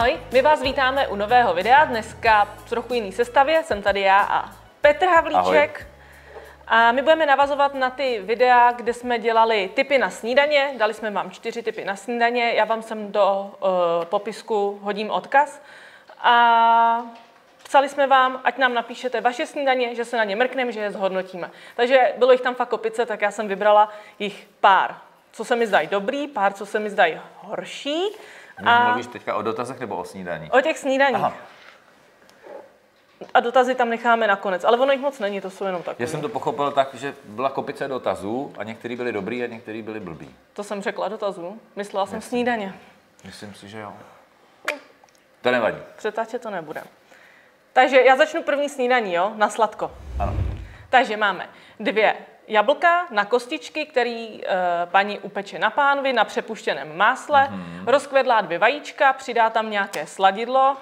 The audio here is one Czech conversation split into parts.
Ahoj, my vás vítáme u nového videa, dneska v trochu jiný sestavě, jsem tady já a Petr Havlíček. Ahoj. A my budeme navazovat na ty videa, kde jsme dělali tipy na snídaně, dali jsme vám 4 tipy na snídaně, já vám sem do popisku hodím odkaz. A psali jsme vám, ať nám napíšete vaše snídaně, že se na ně mrkneme, že je zhodnotíme. Takže bylo jich tam fakt kopice, tak já jsem vybrala jich pár, co se mi zdají dobrý, pár, co se mi zdají horší. Mluvíš teďka o dotazech nebo o snídaní? O těch snídaních. Aha. A dotazy tam necháme nakonec, ale ono jich moc není, to jsou jenom takové. Já jsem to pochopil tak, že byla kopice dotazů a některý byli dobrý a některý byli blbý. To jsem řekla dotazů, myslela jsem snídaně. Myslím si, že jo. To nevadí. Přetáčet to nebude. Takže já začnu první snídaní, jo, na sladko. Ano. Takže máme 2 jablka na kostičky, který paní upeče na pánvi na přepuštěném másle, rozkvedlá 2 vajíčka, přidá tam nějaké sladidlo.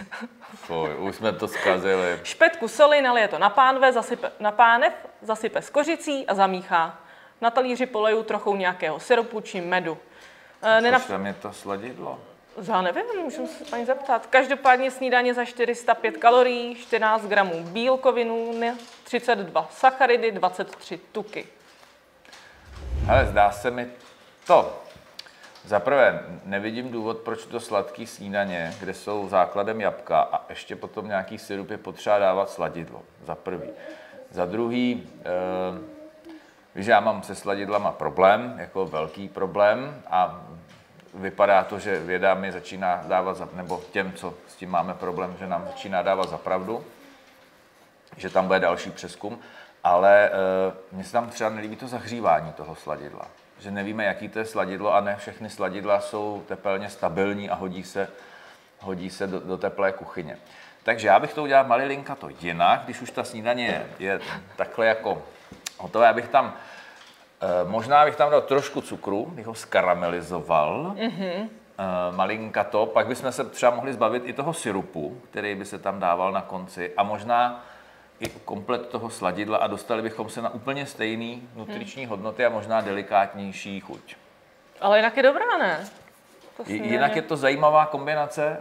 Už jsme to zkazili. Špetku soli, nalije to na pánev, zasype s kořicí a zamíchá. Na talíři poleju trochu nějakého syrupu či medu. Což tam je to sladidlo? Já nevím, můžu se paní zeptat. Každopádně snídaně za 405 kalorií, 14 gramů bílkovinu, 32 sacharidy, 23 tuky. Hele, zdá se mi to. Za prvé, nevidím důvod, proč to sladký snídaně, kde jsou základem jabka a ještě potom nějaký syrup je potřeba dávat sladidlo. Za prvý. Za druhý, víš, já mám se sladidlama problém, jako velký problém a vypadá to, že věda mi začíná dávat, nebo těm, co s tím máme problém, že nám začíná dávat za pravdu, že tam bude další přezkum, ale mně se tam třeba nelíbí to zahřívání toho sladidla. Že nevíme, jaký to je sladidlo a ne všechny sladidla jsou tepelně stabilní a hodí se do teplé kuchyně. Takže já bych to udělal malilinka to jinak, když už ta snídaně je takhle jako hotové, abych tam možná bych tam dal trošku cukru, bych ho skaramelizoval, malinka to, pak bychom se třeba mohli zbavit i toho syrupu, který by se tam dával na konci a možná i komplet toho sladidla a dostali bychom se na úplně stejný nutriční hodnoty a možná delikátnější chuť. Ale jinak je dobrá, ne? Jinak je to zajímavá kombinace,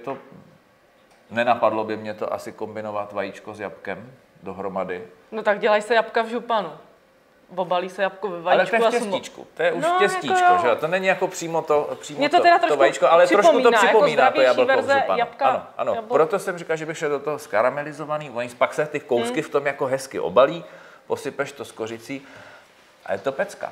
nenapadlo by mě to asi kombinovat vajíčko s jabkem dohromady. No tak dělají se jabka v županu. Obalí se jabko ve vajíčku. Ale to je v těstíčku, to je už těstíčko, jako že jo? To není jako přímo to vajíčko, ale trošku to připomíná jako to jablko v županu. Jabka, ano, proto jsem říkal, že bych šel do toho skaramelizovaný, pak se ty kousky v tom jako hezky obalí, posypeš to s kořicí a je to pecka.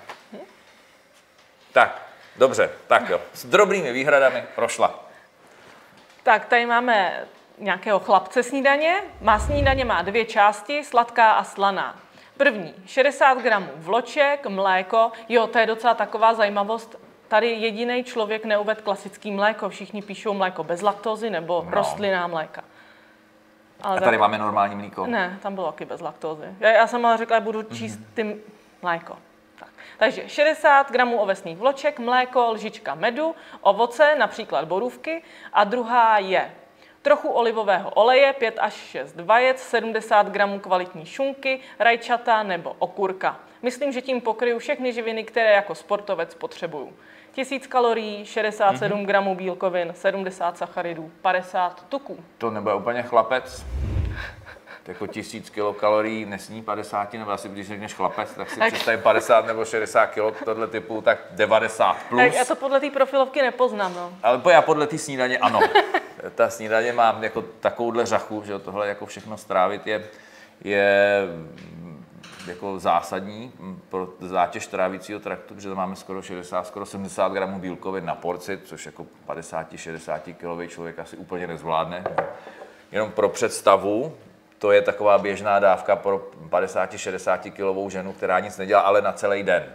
Tak, dobře, tak jo, s drobnými výhradami prošla. Tak, tady máme nějakého chlapce snídaně. Snídaně má 2 části, sladká a slaná. První, 60 gramů vloček, mléko. Jo, to je docela taková zajímavost. Tady jediný člověk neuvedl klasický mléko. Všichni píšou mléko bez laktózy nebo rostlinná mléka. Ale a tady máme normální mléko? Ne, tam bylo taky bez laktózy. Já jsem ale řekla, že budu číst tím mléko. Tak. Takže 60 gramů ovesných vloček, mléko, lžička medu, ovoce, například borůvky. A druhá je trochu olivového oleje, 5 až 6 vajec, 70 gramů kvalitní šunky, rajčata nebo okurka. Myslím, že tím pokryju všechny živiny, které jako sportovec potřebuju. 1000 kalorií, 67 gramů bílkovin, 70 sacharidů, 50 tuků. To nebude úplně chlapec. Jako 1000 kilokalorií nesní 50, nebo asi když řekneš chlapec, tak si představím 50 nebo 60 kilo tohle typu, tak 90 plus. Tak já to podle té profilovky nepoznám, no. Ale já podle té snídaně ano. Ta snídaně mám jako takovouhle řachu, že tohle jako všechno strávit je jako zásadní pro zátěž trávicího traktu, protože tam máme skoro 60, skoro 70 gramů bílkovin na porci, což jako 50-60 kilový člověk asi úplně nezvládne. Jenom pro představu, to je taková běžná dávka pro 50-60 kilovou ženu, která nic nedělá, ale na celý den.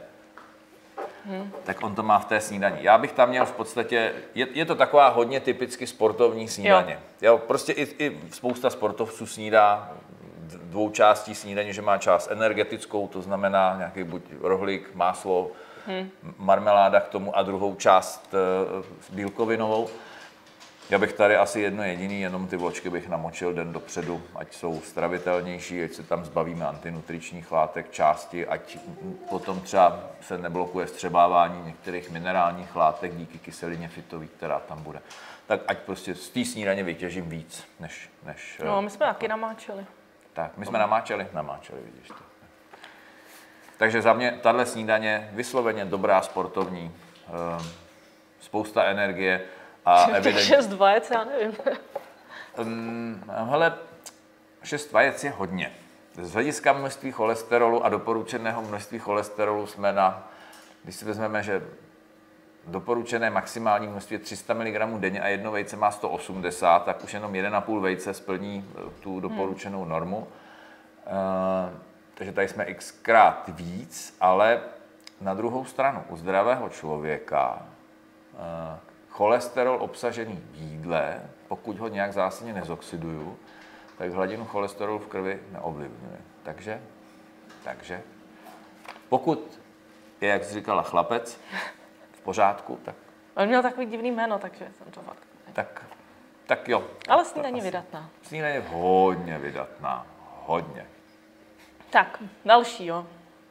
Tak on to má v té snídani. Já bych tam měl v podstatě, je to taková hodně typicky sportovní snídaně. Jo, prostě i spousta sportovců snídá 2 částí snídaně, že má část energetickou, to znamená nějaký buď rohlík, máslo, marmeláda k tomu a druhou část bílkovinovou. Já bych tady asi jedno jediný, jenom ty vločky bych namočil den dopředu, ať jsou stravitelnější, ať se tam zbavíme antinutričních látek, části, ať potom třeba se neblokuje vstřebávání některých minerálních látek díky kyselině fytový, která tam bude. Tak ať prostě z té snídaně vytěžím víc, než no, my jsme taky namáčeli. Tak, my jsme namáčeli, vidíš to. Takže za mě tahle snídaně vysloveně dobrá, sportovní, spousta energie a evidentně... 6 vajec, já nevím. Hele, 6 vajec je hodně. Z hlediska množství cholesterolu a doporučeného množství cholesterolu jsme když si vezmeme, že doporučené maximální množství je 300 mg denně a jedno vejce má 180, tak už jenom 1,5 vejce splní tu doporučenou normu. Takže tady jsme xkrát víc, ale na druhou stranu u zdravého člověka cholesterol obsažený v jídle, pokud ho nějak zásadně nezoxiduju, tak hladinu cholesterolu v krvi neovlivňuje. Takže pokud je, jak jsi říkala, chlapec v pořádku, tak... On měl takový divný jméno, takže jsem to fakt... Tak jo. Ale snídaně vydatná. Snídaně hodně vydatná. Hodně. Tak, další, jo.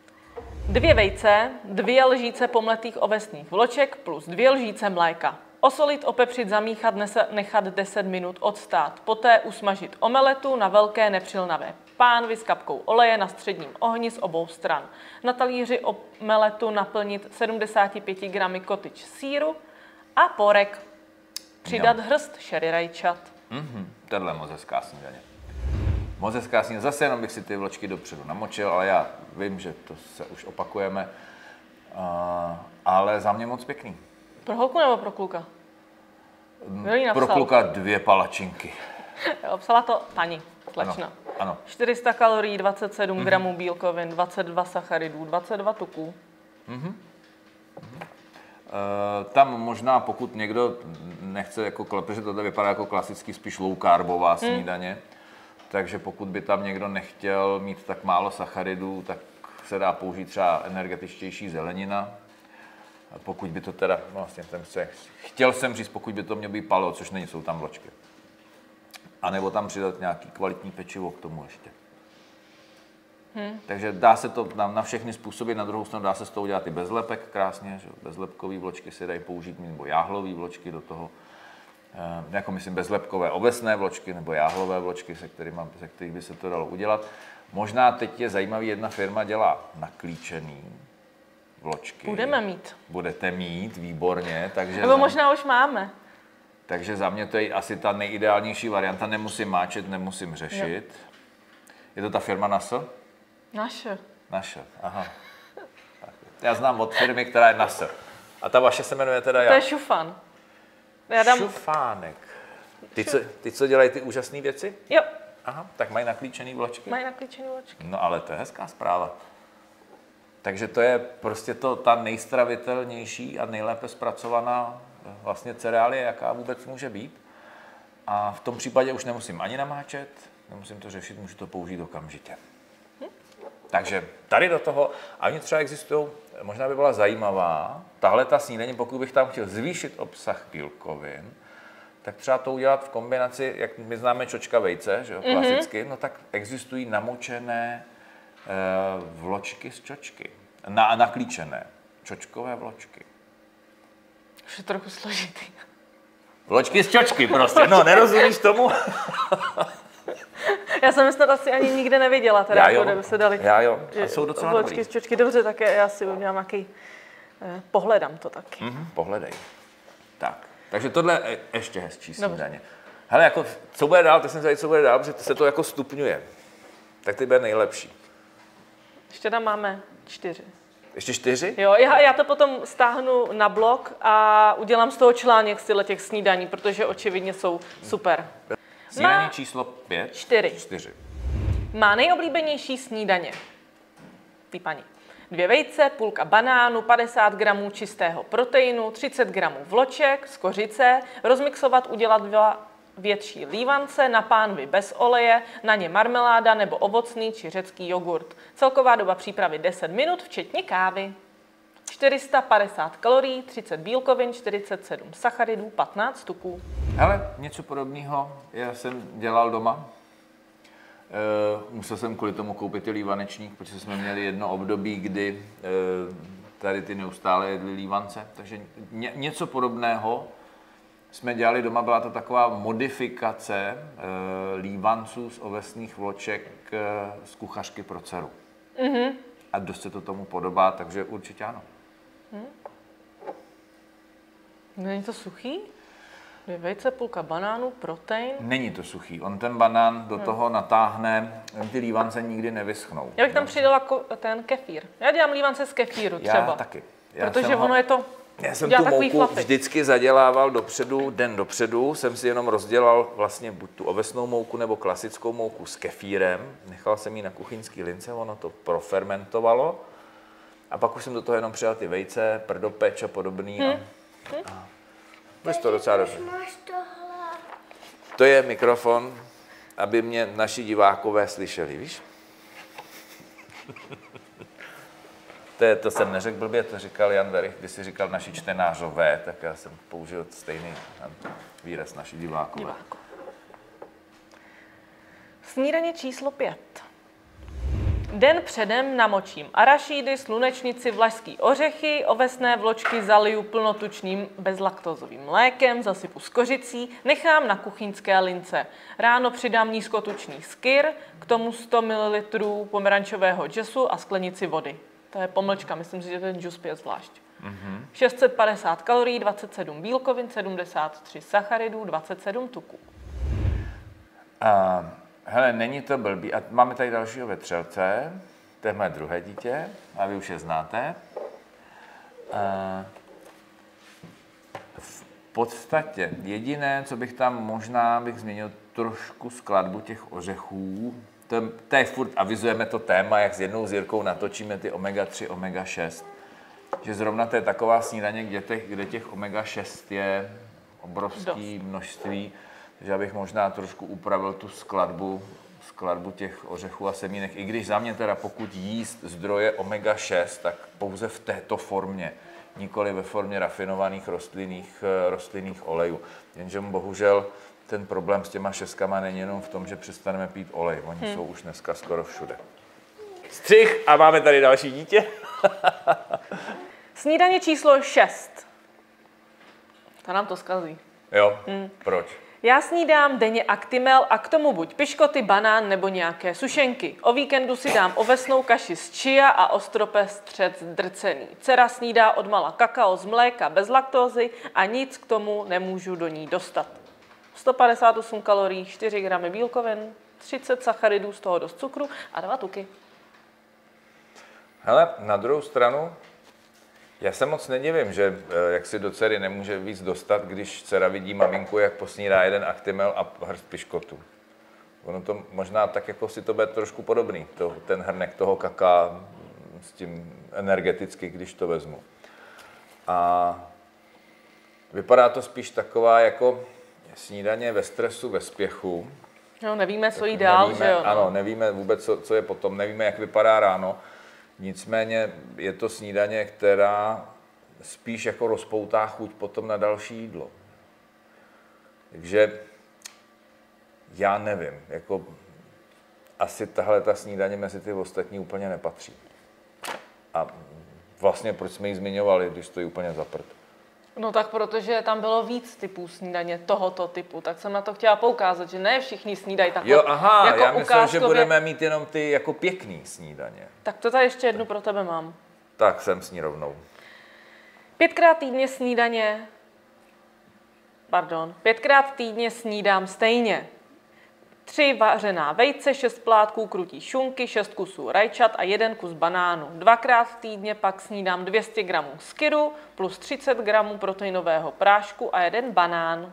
2 vejce, 2 lžíce pomletých ovesných vloček plus 2 lžíce mléka. Osolit, opepřit, zamíchat, nechat 10 minut odstát. Poté usmažit omeletu na velké nepřilnavé pánvi s kapkou oleje na středním ohni z obou stran. Na talíři omeletu naplnit 75 gramy cottage sýru a porek. Přidat hrst sherry rajčat. Tohle je moc hezká snídaně. Moc hezká snídaně. Zase jenom bych si ty vločky dopředu namočil, ale já vím, že to se už opakujeme. Ale za mě moc pěkný. Pro holku nebo pro kluka? Pro kluka 2 palačinky. Psala to paní, slečna. Ano. 400 kalorií, 27 gramů bílkovin, 22 sacharidů, 22 tuků. Tam možná, pokud někdo nechce, protože tohle vypadá jako klasicky spíš low carbová snídaně, takže pokud by tam někdo nechtěl mít tak málo sacharidů, tak se dá použít třeba energetičtější zelenina. Pokud by to teda, vlastně chtěl jsem říct, pokud by to mělo být paleo, což není, jsou tam vločky. A nebo tam přidat nějaký kvalitní pečivo k tomu ještě. Takže dá se to na všechny způsoby, na druhou stranu dá se z toho udělat i bezlepek krásně, že? Bezlepkový vločky se dají použít, nebo jáhlový vločky do toho, jako myslím bezlepkové ovesné vločky nebo jáhlové vločky, se kterých by se to dalo udělat. Možná teď je zajímavý, jedna firma dělá naklíčený vločky. Budete mít, výborně. Takže nebo možná už máme. Takže za mě to je asi ta nejideálnější varianta. Nemusím máčet, nemusím řešit. Jo. Je to ta firma Nasr? Naše, aha. Já znám od firmy, která je Nasr. A ta vaše se jmenuje teda jak? To je Šufan. Šufánek. Ty, co dělají ty úžasné věci? Jo. Aha, tak mají naklíčený vločky? Mají naklíčený vločky. No ale to je hezká zpráva. Takže to je prostě ta nejstravitelnější a nejlépe zpracovaná vlastně cereálie, jaká vůbec může být. A v tom případě už nemusím ani namáčet, nemusím to řešit, můžu to použít okamžitě. Takže tady do toho, a oni třeba existují, možná by byla zajímavá, tahle ta snídaně, pokud bych tam chtěl zvýšit obsah bílkovin, tak třeba to udělat v kombinaci, jak my známe čočka vejce, že jo, klasicky, no tak existují namočené vločky z čočky, naklíčené čočkové vločky. Už je trochu složitý. Vločky z čočky prostě, no nerozumíš tomu? Já jsem snad asi ani nikde neviděla, teda, kde se dali. Já jo, a jsou docela vločky dobrý. Z čočky, dobře, tak já si udělám nějaký, pohledám to taky. Pohledej. Tak, takže tohle je ještě hezčí snídaně. Hele, jako, co bude dál, teď jsem zvědavý, co bude dál, protože se to jako stupňuje. Tak ty bude nejlepší. Ještě tam máme 4. Ještě 4? Jo, já to potom stáhnu na blog a udělám z toho článek z těch snídaní, protože očividně jsou super. Snídaní číslo 5? 4. Má nejoblíbenější snídaně. Ty paní. 2 vejce, půlka banánu, 50 gramů čistého proteinu, 30 gramů vloček z kořice, rozmixovat, udělat 2 větší lívance, na pánvi bez oleje, na ně marmeláda nebo ovocný či řecký jogurt. Celková doba přípravy 10 minut, včetně kávy. 450 kalorií, 30 bílkovin, 47 sacharidů, 15 tuků. Hele, něco podobného já jsem dělal doma. Musel jsem kvůli tomu koupit i lívanečník, protože jsme měli jedno období, kdy tady ty neustále jedli lívance. Takže něco podobného jsme dělali doma, byla to taková modifikace lívanců z ovesných vloček z kuchařky pro dceru. Mm-hmm. A dost se to tomu podobá, takže určitě ano. Není to suchý? 2 vejce, půlka banánu, protein. Není to suchý. On ten banán do toho natáhne, ty lívance nikdy nevyschnou. Já bych tam přidala ten kefír. Já dělám lívance z kefíru třeba. Já taky. Protože ono je to... Já jsem tu mouku vždycky zadělával dopředu, den dopředu, jsem si jenom rozdělal vlastně buď tu ovesnou mouku nebo klasickou mouku s kefírem. Nechal jsem ji na kuchyňský lince, ono to profermentovalo. A pak už jsem do toho jenom přidal ty vejce, prdopeč a podobný. Víš to docela dobře. To je mikrofon, aby mě naši divákové slyšeli, víš? To jsem neřekl blbě, to říkal Jan Werich, když si říkal naši čtenářové, tak já jsem použil stejný výraz naši divákové. Snídaně číslo 5. Den předem namočím arašídy, slunečnici, vlašský ořechy, ovesné vločky zaliju plnotučným bezlaktózovým mlékem, zasypu s kořicí, nechám na kuchyňské lince. Ráno přidám nízkotučný skyr, k tomu 100 ml pomerančového džusu a sklenici vody. To je pomlčka, myslím si, že ten džus pije zvlášť. 650 kalorií, 27 bílkovin, 73 sacharidů, 27 tuků. Hele, není to blbý. A máme tady dalšího vetřelce. To je moje druhé dítě. A vy už je znáte. V podstatě jediné, co bych tam možná změnil trošku skladbu těch ořechů. To je furt, avizujeme to téma, jak s jednou s Jirkou natočíme ty omega-3, omega-6. Že zrovna to je taková snídaně, kde těch omega-6 je obrovské množství. že abych možná trošku upravil tu skladbu těch ořechů a semínek. I když za mě teda pokud jíst zdroje omega-6, tak pouze v této formě, nikoli ve formě rafinovaných rostlinných olejů. Jenže bohužel ten problém s těma šestkama není jenom v tom, že přestaneme pít olej. Oni jsou už dneska skoro všude. Střih a máme tady další dítě. Snídaně číslo 6. To nám to zkazí. Jo, proč? Já snídám denně Actimel a k tomu buď piškoty, banán nebo nějaké sušenky. O víkendu si dám ovesnou kaši z chia a ostropestřec drcený. Dcera snídá odmala kakao z mléka bez laktózy a nic k tomu nemůžu do ní dostat. 158 kalorií, 4 gramy bílkovin, 30 sacharidů, z toho dost cukru a 2 tuky. Hele, na druhou stranu, já se moc nedivím, že jak si do dcery nemůže víc dostat, když dcera vidí maminku, jak posnídá jeden Actimel a hrst piškotu. Ono to možná tak jako si to bude trošku podobný, ten hrnek toho kaká s tím energeticky, když to vezmu. A vypadá to spíš taková jako snídaně ve stresu, ve spěchu. No, nevíme, co jí dál, že jo? Ano, nevíme vůbec, co je potom, nevíme, jak vypadá ráno. Nicméně je to snídaně, která spíš jako rozpoutá chuť potom na další jídlo. Takže já nevím, jako asi tahle ta snídaně mezi ty ostatní úplně nepatří. A vlastně proč jsme ji zmiňovali, když stojí úplně za prd? No tak protože tam bylo víc typů snídaně tohoto typu, tak jsem na to chtěla poukázat, že ne všichni snídají takhle. Jo, aha, jako já myslel, že budeme mít jenom ty jako pěkný snídaně. Tak to tady ještě jednu pro tebe mám. Tak jsem s ní rovnou. 5krát týdně snídám stejně. 3 vařená vejce, 6 plátků krutí šunky, 6 kusů rajčat a 1 kus banánu. 2krát týdně pak snídám 200 gramů skyru plus 30 gramů proteinového prášku a 1 banán.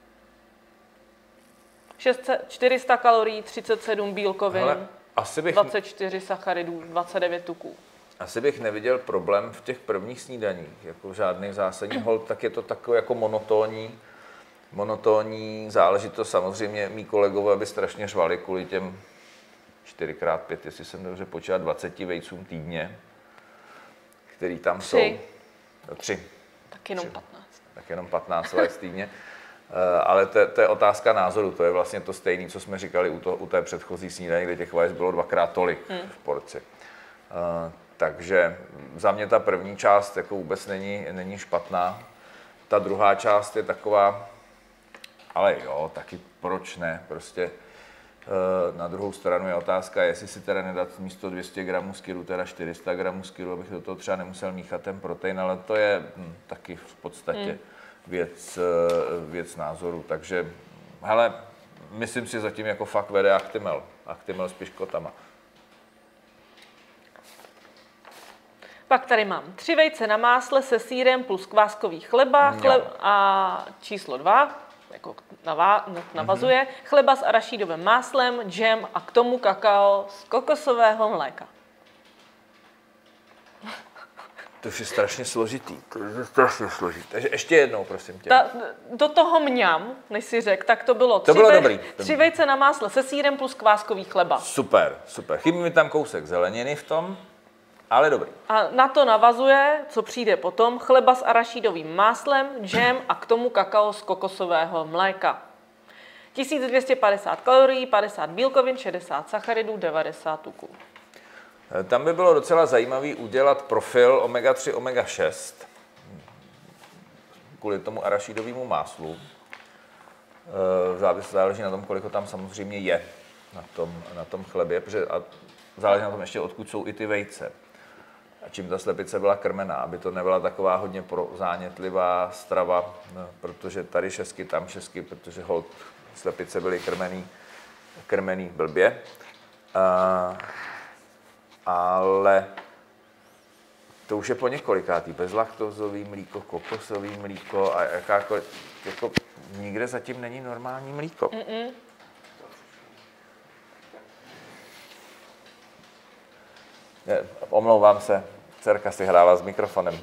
400 kalorií, 37 bílkovin, Hele, 24 sacharidů, 29 tuků. Asi bych neviděl problém v těch prvních snídaních, jako žádný zásadní hold, tak je to takové jako monotónní záležitost. Samozřejmě mý kolegové by strašně řvali kvůli těm 4x5, jestli jsem dobře počítal, 20 vejcům týdně, který tam jsou. 3. Tak jenom 15. Tak jenom 15 vajec týdně. Ale to je otázka názoru, to je vlastně to stejné, co jsme říkali u té předchozí snídaně, kde těch vajec bylo 2x tolik v porci. Takže za mě ta první část jako vůbec není špatná. Ta druhá část je taková, ale jo, taky proč ne, prostě na druhou stranu je otázka, jestli si teda nedat místo 200 gramů skyru, teda 400 gramů skyru, abych do toho třeba nemusel míchat ten protein, ale to je taky v podstatě věc názoru. Takže, hele, myslím si zatím jako fakt vede Actimel s piškotama. Pak tady mám 3 vejce na másle se sýrem plus kváskový chleba a číslo 2, jako navazuje, chleba s arašídovým máslem, džem a k tomu kakao z kokosového mléka. To je strašně složitý. Takže ještě jednou, prosím tě. Do toho mňam, než si řekl, tak to bylo 3 vejce na másle se sýrem plus kváskový chleba. Super. Chybí mi tam kousek zeleniny v tom, ale dobrý. A na to navazuje, co přijde potom, chleba s arašídovým máslem, džem a k tomu kakao z kokosového mléka. 1250 kalorií, 50 bílkovin, 60 sacharidů, 90 tuků. Tam by bylo docela zajímavý udělat profil omega-3, omega-6 kvůli tomu arašídovému máslu. Záleží na tom, kolik ho tam samozřejmě je na tom chlebě, protože záleží na tom ještě, odkud jsou i ty vejce. A čím ta slepice byla krmená, aby to nebyla taková hodně prozánětlivá strava, protože tady šesky, tam šesky, protože holt slepice byly krmený blbě. Ale to už je po několikátý. Bezlaktozový mlíko, kokosový mlíko a jakákoliv, jako nikde zatím není normální mlíko. Omlouvám se, dcerka si hrála s mikrofonem.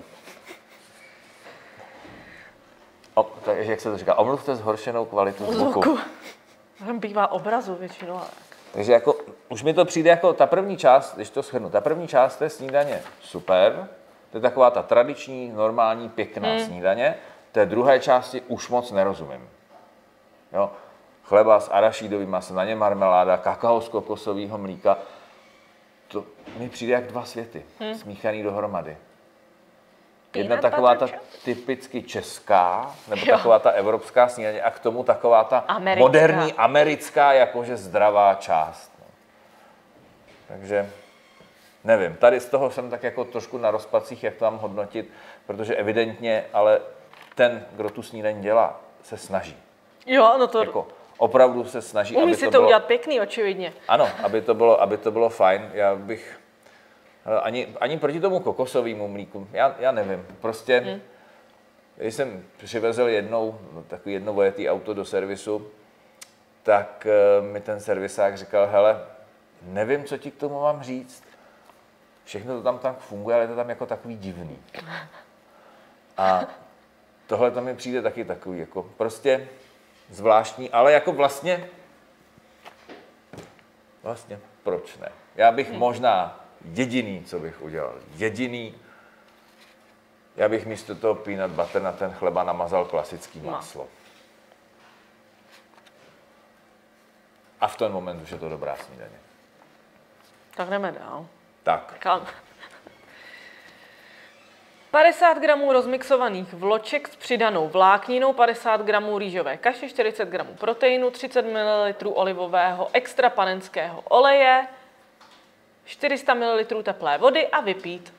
Takže jak se to říká, omluvte zhoršenou kvalitu zvuku. Bývá obrazu většinou. Takže jako, už mi to přijde jako ta první část, když to shrnu, ta první část té snídaně super, to je taková ta tradiční, normální, pěkná snídaně, té druhé části už moc nerozumím. Jo? Chleba s arašídovým masem, na ně marmeláda, kakao z kokosového mlíka, to mi přijde jak dva světy, smíchaný dohromady. Jedna taková ta typicky česká, nebo taková ta evropská snídaně a k tomu taková ta moderní americká, jakože zdravá část. No. Takže nevím, tady z toho jsem tak jako trošku na rozpacích, jak to mám hodnotit, protože evidentně, ale ten, kdo tu snídaň dělá, se snaží. Jo, no to... Jako, opravdu se snaží, umí si to bylo, udělat pěkný, očividně. Ano, aby to bylo fajn. Já bych ani proti tomu kokosovému mlíku, já nevím. Prostě, když jsem přivezl jedno vojetý auto do servisu, tak mi ten servisák říkal, hele, nevím, co ti k tomu mám říct. Všechno to tam tak funguje, ale je to tam jako takový divný. A tohle to mi přijde taky takový, jako prostě zvláštní, ale jako vlastně proč ne? Já bych možná jediný, co bych udělal, já bych místo toho peanut butter na ten chleba namazal klasický máslo. A v ten moment už je to dobrá snídaně. Tak jdeme dál. Tak. 50 gramů rozmixovaných vloček s přidanou vlákninou, 50 gramů rýžové kaše, 40 gramů proteinu, 30 ml olivového extra panenského oleje, 400 ml teplé vody a vypít.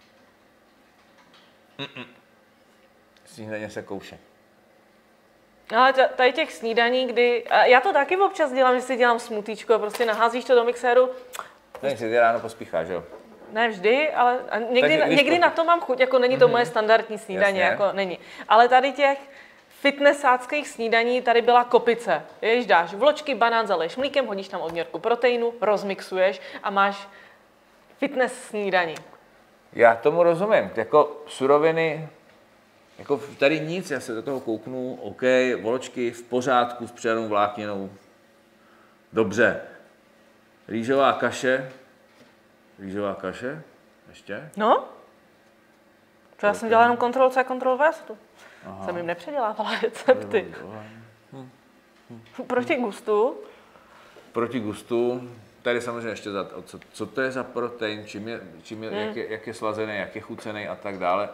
Snídaně se kouše. Ale tady těch snídaní, kdy... Já to taky občas dělám, že si dělám smutíčko, prostě naházíš to do mixéru. Ne, si ráno pospícháš, jo? Ne vždy, ale někdy na to mám chuť, jako není to moje standardní snídaně, jako není. Ale tady těch fitnessáckých snídaní tady byla kopice. Jež dáš vločky, banán, zaleješ mlíkem, hodíš tam odměrku proteinu, rozmixuješ a máš fitness snídaní. Já tomu rozumím, jako suroviny, jako tady nic, já se do toho kouknu, OK, vločky v pořádku s přidanou vlákninou, dobře. Rýžová kaše, ještě? No, to já jsem dělala jenom Ctrl-C, Ctrl-V. Jsem jim nepředělávala recepty. Proti gustu. Proti gustu. Tady samozřejmě ještě co to je za protein, jak je slazený, jak je chucený a tak dále.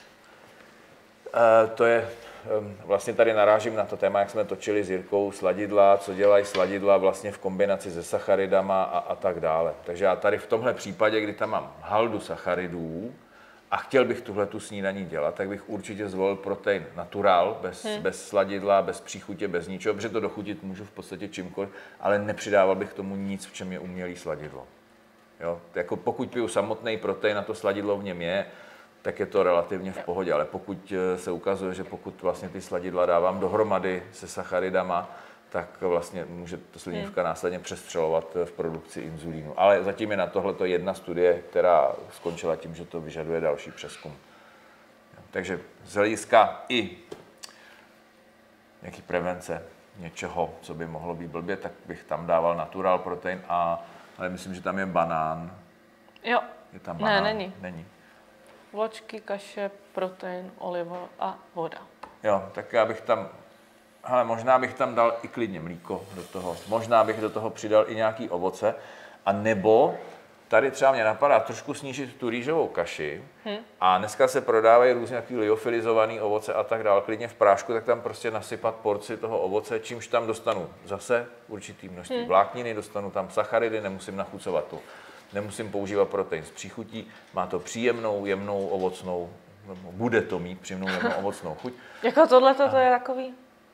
To je, vlastně tady narážím na to téma, jak jsme točili s Jirkou sladidla, co dělají sladidla vlastně v kombinaci se sacharidama a tak dále. Takže já tady v tomhle případě, kdy tam mám haldu sacharidů a chtěl bych tuhletu snídaní dělat, tak bych určitě zvolil protein natural, bez sladidla, bez příchutě, bez ničeho, protože to dochutit můžu v podstatě čímkoliv, ale nepřidával bych k tomu nic, v čem je umělý sladidlo. Jo? Jako pokud piju samotný protein a to sladidlo v něm je, tak je to relativně v pohodě, ale pokud se ukazuje, že pokud vlastně ty sladidla dávám dohromady se sacharidama, tak vlastně může to slinivka následně přestřelovat v produkci inzulínu. Ale zatím je na tohleto jedna studie, která skončila tím, že to vyžaduje další přezkum. Takže z hlediska i nějaký prevence něčeho, co by mohlo být blbě, tak bych tam dával natural protein, ale myslím, že tam je banán. Jo. Je tam banán? Ne, Není. Vločky, kaše, protein, oliva a voda. Jo, tak já bych tam, možná bych tam dal i klidně mlíko do toho. Možná bych do toho přidal i nějaký ovoce. A nebo tady třeba mě napadá trošku snížit tu rýžovou kaši. A dneska se prodávají různě nějaký liofilizovaný ovoce a tak dále, klidně v prášku, tak tam prostě nasypat porci toho ovoce, čímž tam dostanu zase určitý množství vlákniny, dostanu tam sacharidy, nemusím nachucovat tu. Nemusím používat protein z příchutí, má to příjemnou, jemnou, ovocnou, bude to mít příjemnou, jemnou, ovocnou chuť. Jako tohleto to je takový?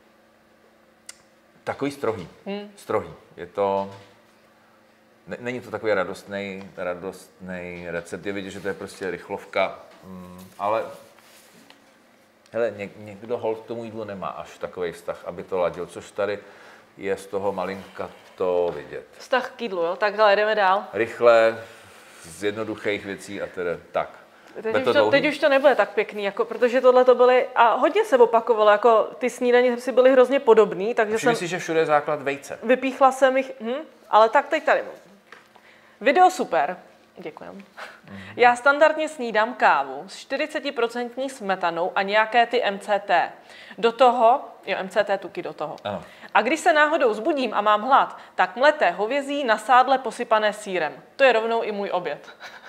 Takový strohý. Strohý. Je to, není to takový radostný recept, je vidět, že to je prostě rychlovka, ale hele, někdo holt k tomu jídlu nemá až takový vztah, aby to ladil, což tady je z toho malinka to vidět. Vztah k jídlu, jo? Tak ale jdeme dál. Rychle, z jednoduchých věcí a tedy tak. Teď už to nebude tak pěkný, jako, protože tohle to byly, a hodně se opakovalo, jako ty snídaně si byly hrozně podobný, takže Všimni si, že všude je základ vejce. Vypíchla jsem jich, ale tak teď tady. Video super, děkujem. Já standardně snídám kávu s 40% smetanou a nějaké ty MCT. Do toho, MCT tuky do toho. Ano. A když se náhodou zbudím a mám hlad, tak mleté hovězí na sádle posypané sýrem. To je rovnou i můj oběd.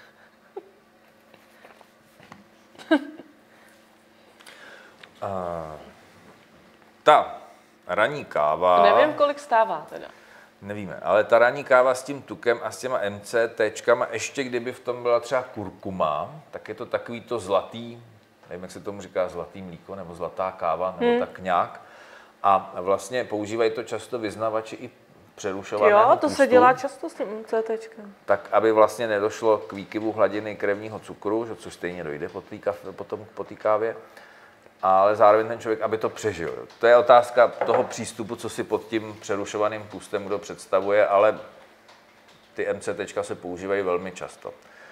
Ta ranní káva... Nevím, kolik stává teda. Nevíme, ale ta ranní káva s tím tukem a s těma MCTčkama, ještě kdyby v tom byla třeba kurkuma, tak je to takový to zlatý, nevím, jak se tomu říká, zlatý mlíko, nebo zlatá káva, nebo tak nějak. A vlastně používají to často vyznavači i přerušovaného Jo, to pustu, se dělá často s tím MCTčkem. tak, aby vlastně nedošlo k výkyvu hladiny krevního cukru, což stejně dojde po té kávě, ale zároveň ten člověk, aby to přežil. To je otázka toho přístupu, co si pod tím přerušovaným pustem kdo představuje, ale ty MCTčka se používají velmi často.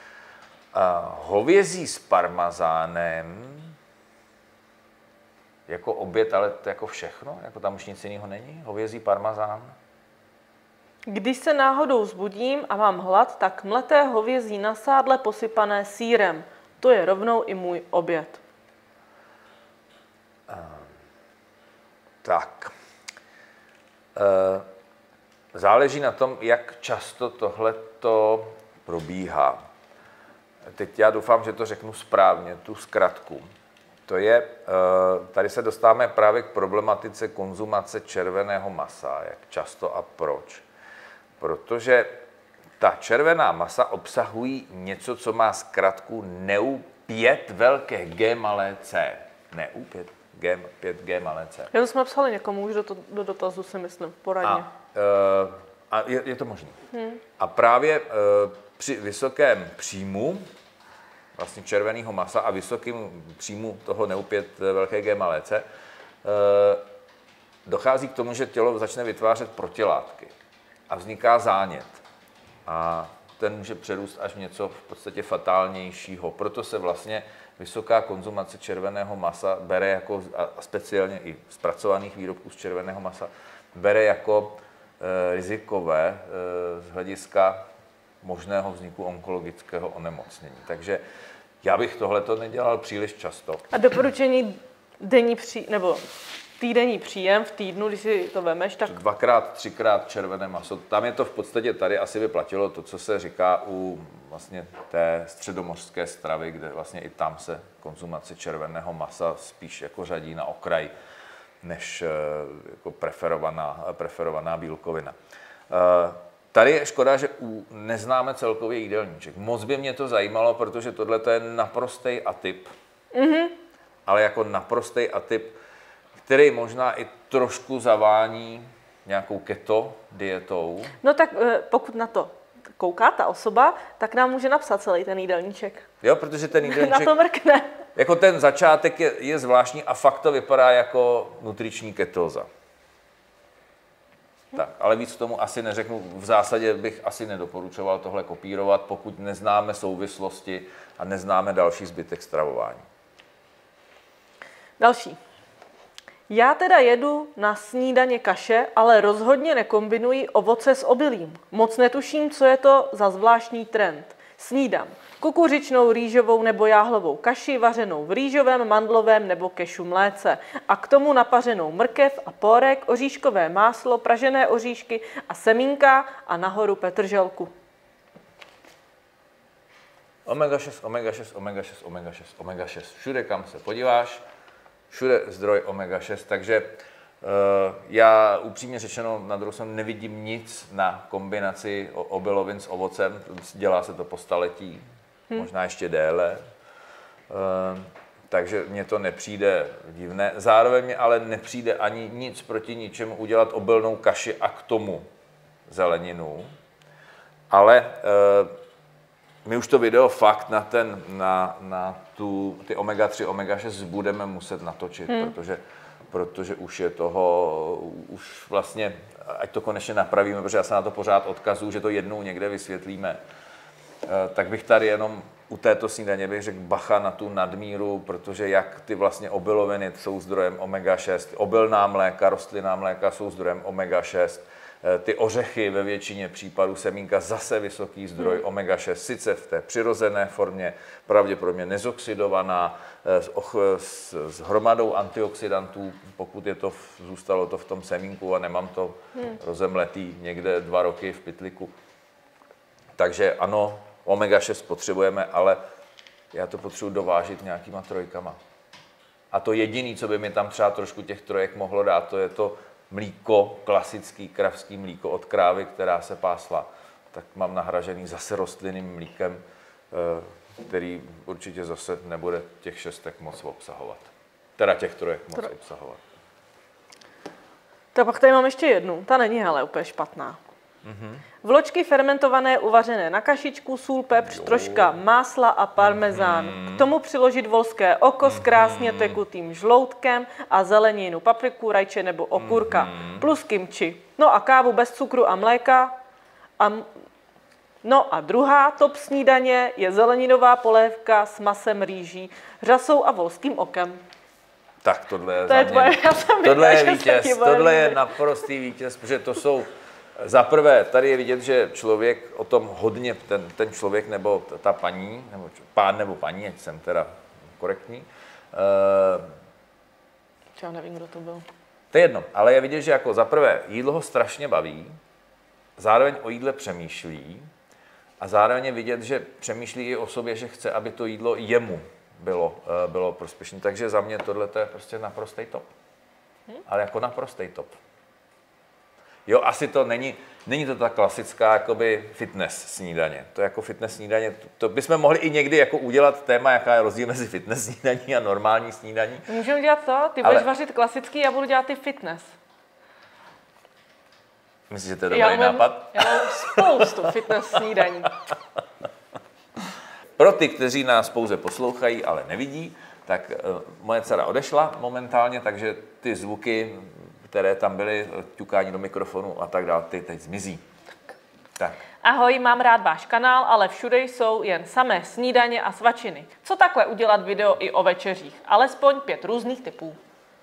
Hovězí s parmazánem jako oběd, ale to jako všechno? Jako tam už nic jiného není? Hovězí parmazán? Když se náhodou zbudím a mám hlad, tak mleté hovězí na sádle posypané sýrem. To je rovnou i můj oběd. Tak. Záleží na tom, jak často tohleto probíhá. Teď já doufám, že to řeknu správně, tu zkratku. To je, tady se dostáváme právě k problematice konzumace červeného masa, jak často a proč. Protože ta červená masa obsahují něco, co má zkratku NEU5 velké G malé c. NEU5 5G malé c. Jenom jsme psali někomu už do dotazu, si myslím, poradně. A je to možné. A právě při vysokém příjmu vlastně červeného masa a vysokým příjmu toho NEU5 velké G malé c dochází k tomu, že tělo začne vytvářet protilátky a vzniká zánět. A ten může přerůst až něco v podstatě fatálnějšího. Proto se vlastně vysoká konzumace červeného masa bere jako, a speciálně i zpracovaných výrobků z červeného masa, bere jako rizikové z hlediska možného vzniku onkologického onemocnění. Takže já bych tohleto nedělal příliš často. A doporučení nebo týdenní příjem v týdnu, když si to vemeš, tak... 2x, 3x červené maso. Tam je to v podstatě, tady asi by platilo to, co se říká u vlastně té středomořské stravy, kde vlastně i tam se konzumace červeného masa spíš jako řadí na okraj, než jako preferovaná bílkovina. Tady je škoda, že neznáme celkově jídelníček. Moc by mě to zajímalo, protože tohle je naprostý atyp, ale jako naprostý atyp, který možná i trošku zavání nějakou keto dietou. No tak pokud na to kouká ta osoba, tak nám může napsat celý ten jídelníček. Jo, protože ten jídelníček... Na to mrkne. Jako ten začátek je zvláštní a fakt to vypadá jako nutriční ketóza. Tak, ale víc k tomu asi neřeknu. V zásadě bych asi nedoporučoval tohle kopírovat, pokud neznáme souvislosti a neznáme další zbytek stravování. Další. Já teda jedu na snídaně kaše, ale rozhodně nekombinuji ovoce s obilím. Moc netuším, co je to za zvláštní trend. Snídám kukuřičnou, rýžovou nebo jáhlovou kaši, vařenou v rýžovém, mandlovém nebo kešu mléce. A k tomu napařenou mrkev a pórek, oříškové máslo, pražené oříšky a semínka a nahoru petrželku. Omega 6, omega 6, omega 6, omega 6, omega 6. Všude, kam se podíváš, všude zdroj omega 6, takže já upřímně řečeno na druhou stranu nevidím nic na kombinaci obilovin s ovocem, dělá se to po staletí, možná ještě déle, takže mně to nepřijde divné. Zároveň mě ale nepřijde ani nic proti ničemu udělat obilnou kaši a k tomu zeleninu, ale my už to video fakt na ty omega 3, omega 6 budeme muset natočit, protože už je toho, už vlastně, ať to konečně napravíme, protože já se na to pořád odkazuju, že to jednou někde vysvětlíme, tak bych tady jenom u této snídaně bych řekl bacha na tu nadmíru, protože jak ty vlastně obiloviny jsou zdrojem omega 6, obilná mléka, rostlinná mléka jsou zdrojem omega 6, ty ořechy ve většině případů, semínka zase vysoký zdroj omega 6, sice v té přirozené formě, pravděpodobně nezoxidovaná, s hromadou antioxidantů, pokud je to, zůstalo to v tom semínku a nemám to rozemletý někde 2 roky v pytliku. Takže ano, omega 6 potřebujeme, ale já to potřebuji dovážit nějakýma trojkama. A to jediné, co by mi tam třeba trošku těch trojek mohlo dát, to je to mlíko, klasický kravský mlíko od krávy, která se pásla, tak mám nahražený zase rostlinným mlíkem, který určitě zase nebude těch 6 moc obsahovat. Teda těch trojek moc obsahovat. Tak pak tady mám ještě jednu, ta není ale úplně špatná. Vločky fermentované uvařené na kašičku, sůl, pepř, troška másla a parmezán. K tomu přiložit volské oko s krásně tekutým žloutkem a zeleninu, papriku, rajče nebo okurka. Plus kimči. No a kávu bez cukru a mléka. No a druhá top snídaně je zeleninová polévka s masem rýží, řasou a volským okem. Tak tohle je, tohle je vítěz, tohle je naprostý vítěz, protože to jsou za prvé, tady je vidět, že člověk o tom hodně, ten člověk nebo ta paní, nebo pán nebo paní, ať jsem teda korektní. Já nevím, kdo to byl. To je jedno, ale je vidět, že jako za prvé jídlo ho strašně baví, zároveň o jídle přemýšlí a zároveň je vidět, že přemýšlí i o sobě, že chce, aby to jídlo jemu bylo prospěšné. Takže za mě tohle je prostě naprostý top. Ale jako naprostý top. Jo, asi to není to ta klasická jakoby fitness snídaně. To jako fitness snídaně, to bychom mohli i někdy jako udělat téma, jaká je rozdíl mezi fitness snídaní a normální snídaní. Můžeme dělat to? Ty budeš vařit klasický, já budu dělat ty fitness. Myslíš, že to je dobrý nápad? Já mám spoustu fitness snídaní. Pro ty, kteří nás pouze poslouchají, ale nevidí, tak moje dcera odešla momentálně, takže ty zvuky, které tam byly, ťukání do mikrofonu a tak dále, ty teď zmizí. Tak. Ahoj, mám rád váš kanál, ale všude jsou jen samé snídaně a svačiny. Co takhle udělat video i o večeřích? Alespoň 5 různých typů.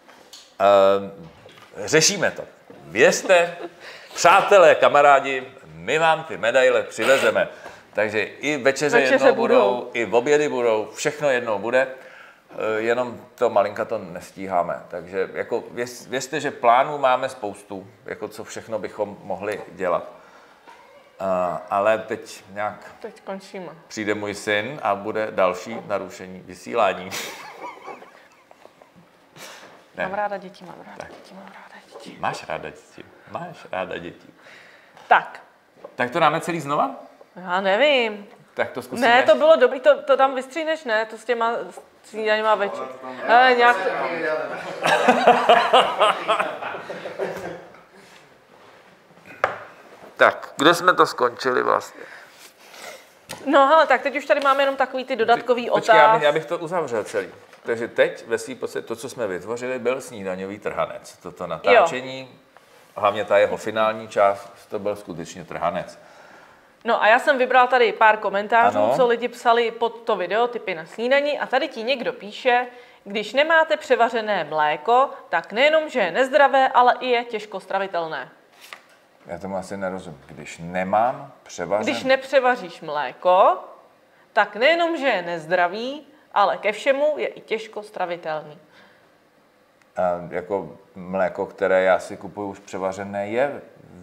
Řešíme to. Věřte, přátelé, kamarádi, my vám ty medaile přivezeme. Takže i večeře jednou budou, i obědy budou, všechno jednou bude. Jenom to malinka to nestíháme. Takže jako věřte, že plánů máme spoustu, jako co všechno bychom mohli dělat. Ale teď nějak končíme. Přijde můj syn a bude další narušení vysílání. Mám ráda děti, mám ráda děti. Máš ráda děti. Tak. Tak to dáme celý znova? Já nevím. Tak to zkusíme. Ne, to bylo dobrý, to tam vystříneš, ne? To s těma snídaněma večer. Ale nějak... Tak, kde jsme to skončili vlastně? No hele, tak teď už tady máme jenom takový ty dodatkový otázky. Já bych to uzavřel celý. Takže teď ve svým podstatě to, co jsme vytvořili, byl snídaňový trhanec. Toto natáčení, hlavně ta jeho finální část, to byl skutečně trhanec. No a já jsem vybral tady pár komentářů, co lidi psali pod to video, typy na snídani, a tady ti někdo píše, když nemáte převařené mléko, tak nejenom, že je nezdravé, ale i je těžko stravitelné. Já tomu asi nerozumím. Když nepřevaříš mléko, tak nejenom, že je nezdravý, ale ke všemu je i těžko stravitelný. A jako mléko, které já si kupuju už převařené, je v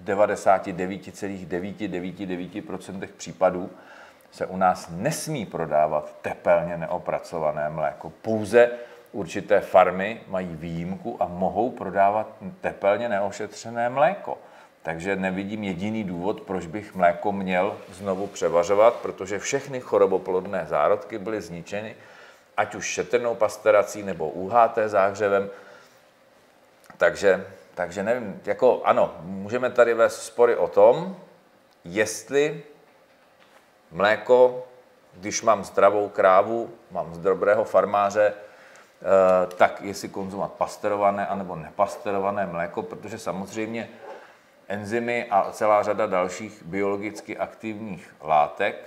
99,999% případů se u nás nesmí prodávat tepelně neopracované mléko. Pouze určité farmy mají výjimku a mohou prodávat tepelně neošetřené mléko. Takže nevidím jediný důvod, proč bych mléko měl znovu převařovat, protože všechny choroboplodné zárodky byly zničeny, ať už šetrnou pasterací nebo UHT záhřevem. Takže nevím, jako ano, můžeme tady vést spory o tom, jestli mléko, když mám zdravou krávu, mám dobrého farmáře, tak jestli konzumovat pasterované anebo nepasterované mléko, protože samozřejmě enzymy a celá řada dalších biologicky aktivních látek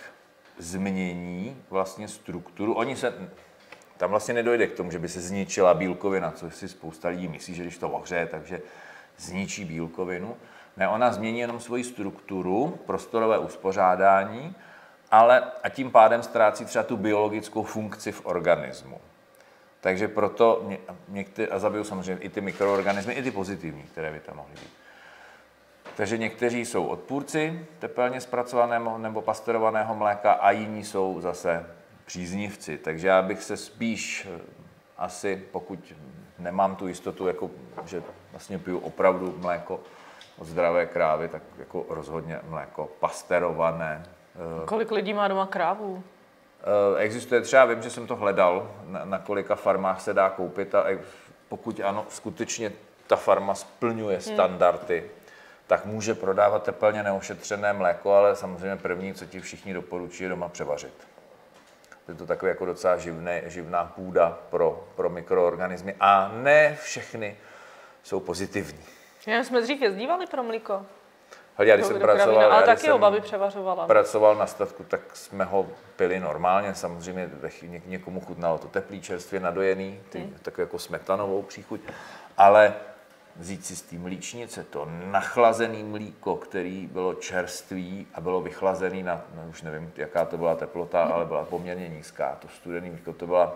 změní vlastně strukturu. Tam vlastně nedojde k tomu, že by se zničila bílkovina, což si spousta lidí myslí, že když to ohřeje, takže zničí bílkovinu. Ne, ona změní jenom svoji strukturu, prostorové uspořádání, a tím pádem ztrácí třeba tu biologickou funkci v organismu. Takže proto a zabijou samozřejmě i ty mikroorganismy, i ty pozitivní, které by tam mohly být. Takže někteří jsou odpůrci tepelně zpracovaného nebo pasterovaného mléka a jiní jsou zase příznivci. Takže já bych se spíš asi, pokud nemám tu jistotu, jako, že vlastně piju opravdu mléko od zdravé krávy, tak jako rozhodně mléko pasterované. Kolik lidí má doma krávu? Existuje třeba, vím, že jsem to hledal, na kolika farmách se dá koupit a pokud ano, skutečně ta farma splňuje standardy, tak může prodávat tepelně neošetřené mléko, ale samozřejmě první, co ti všichni doporučí, je doma převařit. Je to takový jako docela živná půda pro mikroorganismy a ne všechny jsou pozitivní. Já jsme dřív jezdívali pro mlíko. Já když jsem pracoval, ale taky ho babi převařovala. Pracoval na statku, tak jsme ho pili normálně. Samozřejmě někomu chutnalo to teplý, čerstvě nadojený, takový jako smetanovou příchuť, ale vzít si z té mlíčnice to nachlazené mlíko, který bylo čerstvý a bylo vychlazený už nevím, jaká to byla teplota, ale byla poměrně nízká. To studené mlíko, to byla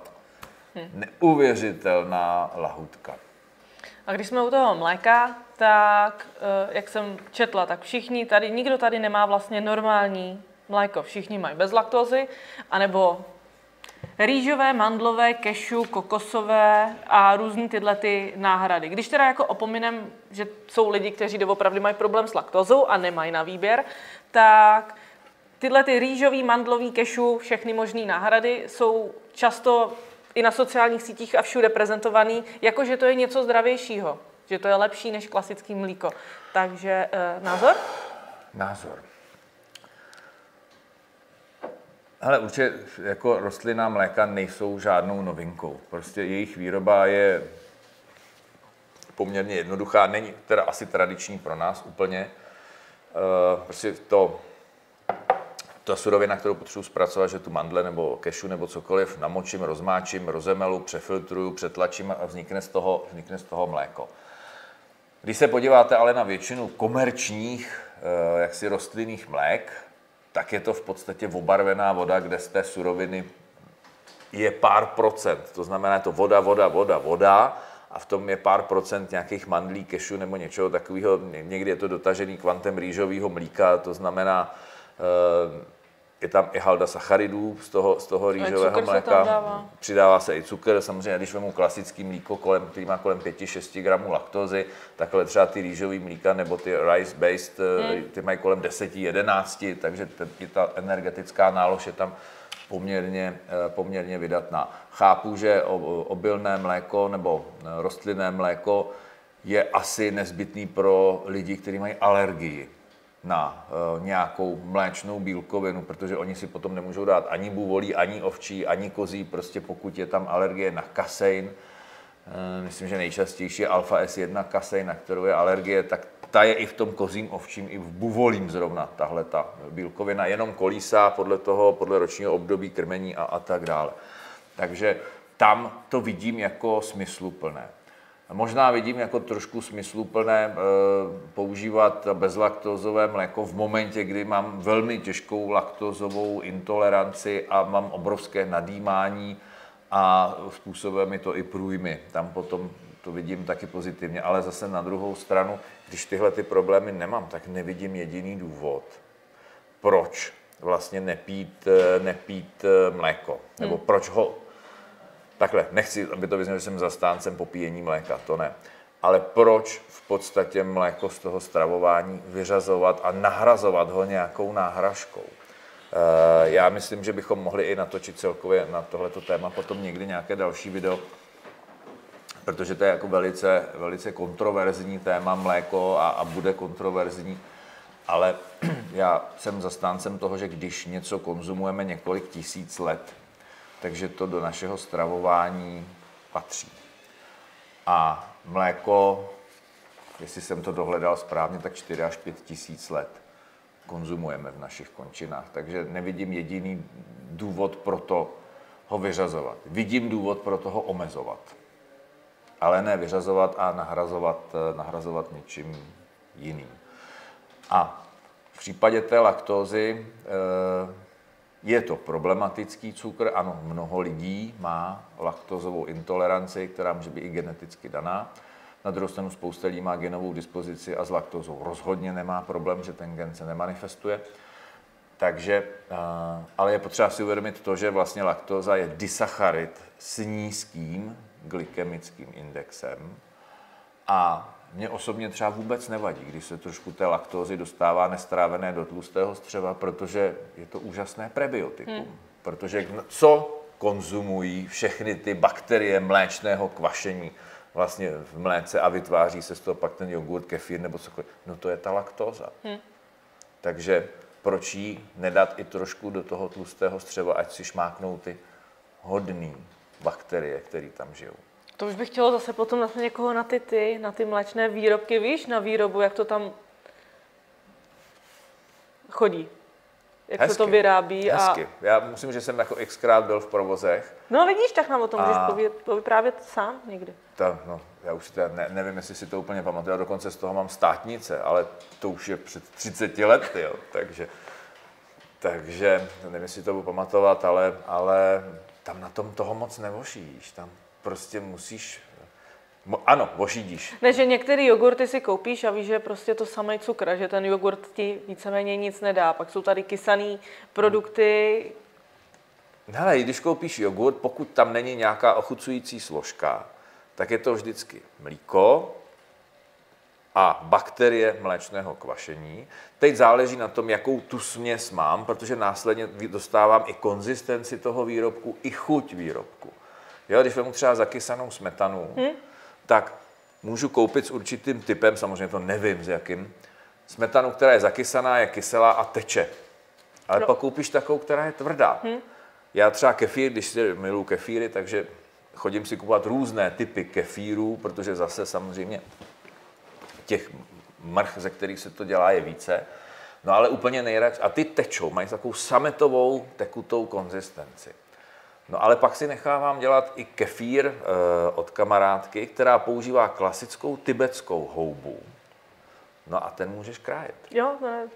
neuvěřitelná lahutka. A když jsme u toho mléka, tak jak jsem četla, tak všichni tady, nikdo tady nemá vlastně normální mléko. Všichni mají bez laktózy, anebo rýžové, mandlové, kešu, kokosové a různý tyhle ty náhrady. Když teda jako opominem, že jsou lidi, kteří doopravdy mají problém s laktózou a nemají na výběr, tak tyhle ty rýžový, mandlový, kešu, všechny možné náhrady jsou často i na sociálních sítích a všude prezentovaný, jako že to je něco zdravějšího, že to je lepší než klasický mlíko. Takže názor? Názor. Ale určitě jako rostlinná mléka nejsou žádnou novinkou. Prostě jejich výroba je poměrně jednoduchá, není teda asi tradiční pro nás úplně. Prostě ta surovina, kterou potřebuji zpracovat, že tu mandle nebo kešu nebo cokoliv namočím, rozmáčím, rozemelu, přefiltruju, přetlačím a vznikne z toho mléko. Když se podíváte ale na většinu komerčních jaksi rostlinných mlék, tak je to v podstatě obarvená voda, kde z té suroviny je pár procent. To znamená, to voda a v tom je pár procent nějakých mandlí, kešu nebo něčeho takového. Někdy je to dotažený kvantem rýžového mlíka, to znamená, je tam i halda sacharidů z toho rýžového mléka. Přidává se i cukr. Samozřejmě, když vezmu klasický mlíko, který má kolem 5-6 gramů laktózy, takhle třeba ty rýžový mlíka nebo ty rice-based, ty mají kolem 10-11, takže ta energetická nálož je tam poměrně vydatná. Chápu, že obilné mléko nebo rostlinné mléko je asi nezbytný pro lidi, kteří mají alergii na nějakou mléčnou bílkovinu, protože oni si potom nemůžou dát ani buvolí, ani ovčí, ani kozí, prostě pokud je tam alergie na kasein. Myslím, že nejčastější je alfa S1 kasein, na kterou je alergie, tak ta je i v tom kozím ovčím, i v buvolím zrovna, tahle ta bílkovina, jenom kolísá podle ročního období krmení a tak dále. Takže tam to vidím jako smysluplné. Možná vidím jako trošku smysluplné používat bezlaktózové mléko v momentě, kdy mám velmi těžkou laktózovou intoleranci a mám obrovské nadýmání a způsobuje mi to i průjmy. Tam potom to vidím taky pozitivně, ale zase na druhou stranu, když tyhle ty problémy nemám, tak nevidím jediný důvod, proč vlastně nepít mléko, nebo proč ho. Takhle, nechci, aby to vyznělo, že jsem zastáncem popíjení mléka, to ne. Ale proč v podstatě mléko z toho stravování vyřazovat a nahrazovat ho nějakou náhražkou? Já myslím, že bychom mohli i natočit celkově na tohleto téma potom někdy nějaké další video, protože to je jako velice kontroverzní téma mléko a bude kontroverzní, ale já jsem zastáncem toho, že když něco konzumujeme několik tisíc let, takže to do našeho stravování patří. A mléko, jestli jsem to dohledal správně, tak 4 až 5 tisíc let konzumujeme v našich končinách. Takže nevidím jediný důvod pro to ho vyřazovat. Vidím důvod pro to ho omezovat. Ale ne vyřazovat a nahrazovat něčím jiným. A v případě té laktózy je to problematický cukr, ano, mnoho lidí má laktózovou intoleranci, která může být i geneticky daná. Na druhou stranu spousta lidí má genovou dispozici a s laktózou rozhodně nemá problém, že ten gen se nemanifestuje. Takže, ale je potřeba si uvědomit to, že vlastně laktóza je disacharid s nízkým glykemickým indexem a mně osobně třeba vůbec nevadí, když se trošku té laktózy dostává nestrávené do tlustého střeva, protože je to úžasné prebiotikum. Protože co konzumují všechny ty bakterie mléčného kvašení vlastně v mléce a vytváří se z toho pak ten jogurt, kefír nebo cokoliv, no to je ta laktóza. Takže proč jí nedat i trošku do toho tlustého střeva, ať si šmáknou ty hodný bakterie, které tam žijou. To už bych chtělo zase potom na někoho na ty mléčné výrobky, víš, na výrobu, jak to tam chodí. Jak hezky, se to vyrábí. Hezky. Já musím, že jsem jako xkrát byl v provozech. No vidíš, tak nám o tom můžeš povyprávět sám někdy. Já už nevím, jestli si to úplně pamatuju, já dokonce z toho mám státnice, ale to už je před 30 lety, jo, takže nevím, jestli to budu pamatovat, ale tam na tom toho moc nevošíš, tam prostě musíš, ano, vošídíš. Ne, že některé jogurty si koupíš a víš, že je prostě to samý cukr, že ten jogurt ti víceméně nic nedá. Pak jsou tady kysané produkty. Hele, když koupíš jogurt, pokud tam není nějaká ochucující složka, tak je to vždycky mlíko a bakterie mléčného kvašení. Teď záleží na tom, jakou tu směs mám, protože následně dostávám i konzistenci toho výrobku, i chuť výrobku. Jo, když vezmu třeba zakysanou smetanu, tak můžu koupit s určitým typem, samozřejmě to nevím s jakým, smetanu, která je zakysaná, je kyselá a teče. Ale pak koupíš takovou, která je tvrdá. Já třeba kefír, když si miluji kefíry, takže chodím si kupovat různé typy kefírů, protože zase samozřejmě těch mrch, ze kterých se to dělá, je více. No ale úplně nejradši. A ty tečou, mají takovou sametovou, tekutou konzistenci. No ale pak si nechávám dělat i kefír od kamarádky, která používá klasickou tibetskou houbu. No a ten můžeš krájet. Jo, ne.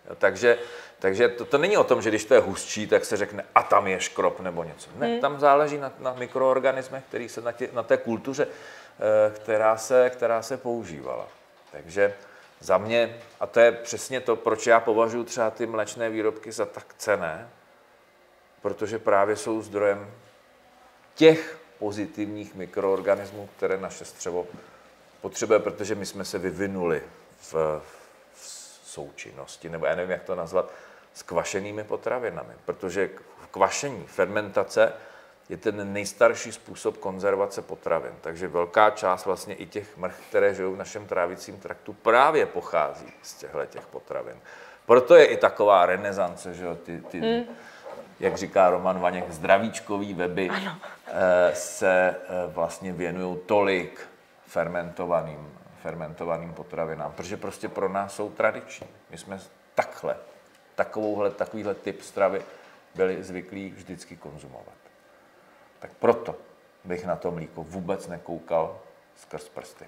Takže to není o tom, že když to je hustší, tak se řekne a tam je škrob nebo něco. Ne, tam záleží na mikroorganismech, který se na té kultuře, která se používala. Takže za mě, a to je přesně to, proč já považuji třeba ty mléčné výrobky za tak cenné, protože právě jsou zdrojem těch pozitivních mikroorganismů, které naše střevo potřebuje, protože my jsme se vyvinuli v součinnosti, nebo já nevím, jak to nazvat, s kvašenými potravinami, protože kvašení, fermentace je ten nejstarší způsob konzervace potravin. Takže velká část vlastně i těch mrch, které žijou v našem trávicím traktu, právě pochází z těchto potravin. Proto je i taková renesance, že jo, jak říká Roman Vaněk, zdravíčkový weby se vlastně věnují tolik fermentovaným potravinám, protože prostě pro nás jsou tradiční. My jsme takovýhle typ stravy byli zvyklí vždycky konzumovat. Tak proto bych na to mlíko vůbec nekoukal skrz prsty.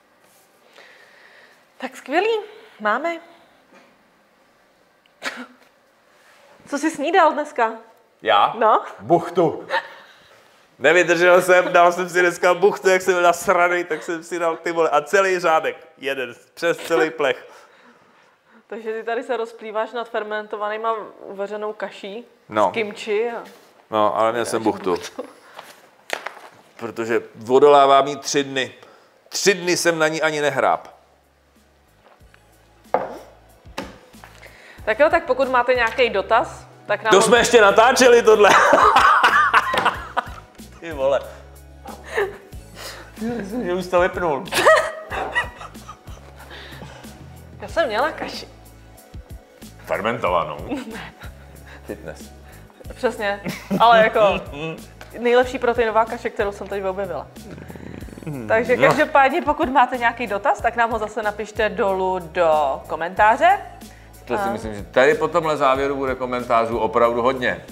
Tak skvělý, máme. Co jsi snídal dneska? Já? No. Buchtu. Nevydržel jsem, dal jsem si dneska buchtu, jak jsem byl nasranej, tak jsem si dal ty vole a celý řádek, jeden, přes celý plech. Takže ty tady se rozplýváš nad fermentovaným a uvařenou kaší s kimči. No, ale měl jsem buchtu. Protože odolávám jí 3 dny. 3 dny jsem na ní ani nehráb. Tak jo, tak pokud máte nějaký dotaz, tak nám... To jsme ještě natáčeli tohle. Ty vole. Myslím, že už to vypnul. Já jsem měla kaši. Fermentovanou. Fitness. Přesně, ale jako nejlepší proteinová kaše, kterou jsem tady objevila. Takže každopádně, pokud máte nějaký dotaz, tak nám ho zase napište dolů do komentáře. To si myslím, že tady po tomhle závěru bude komentářů opravdu hodně.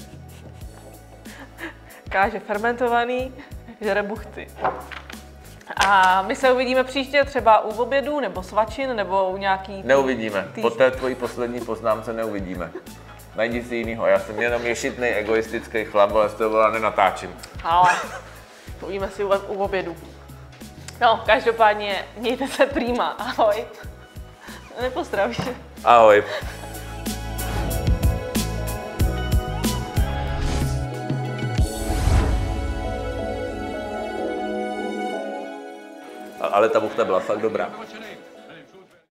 Káže fermentovaný, žere buchty. A my se uvidíme příště třeba u obědu, nebo svačin, nebo u nějaký... Neuvidíme. Po té tvojí poslední poznámce neuvidíme. Najdi si jinýho. Já jsem jenom ješitnej, egoistický chlap, ale z toho nenatáčím. Ale uvidíme si u obědu. No, každopádně mějte se prýma. Ahoj. Nepozdravíš. Ahoj. Ale ta buchta byla fakt dobrá.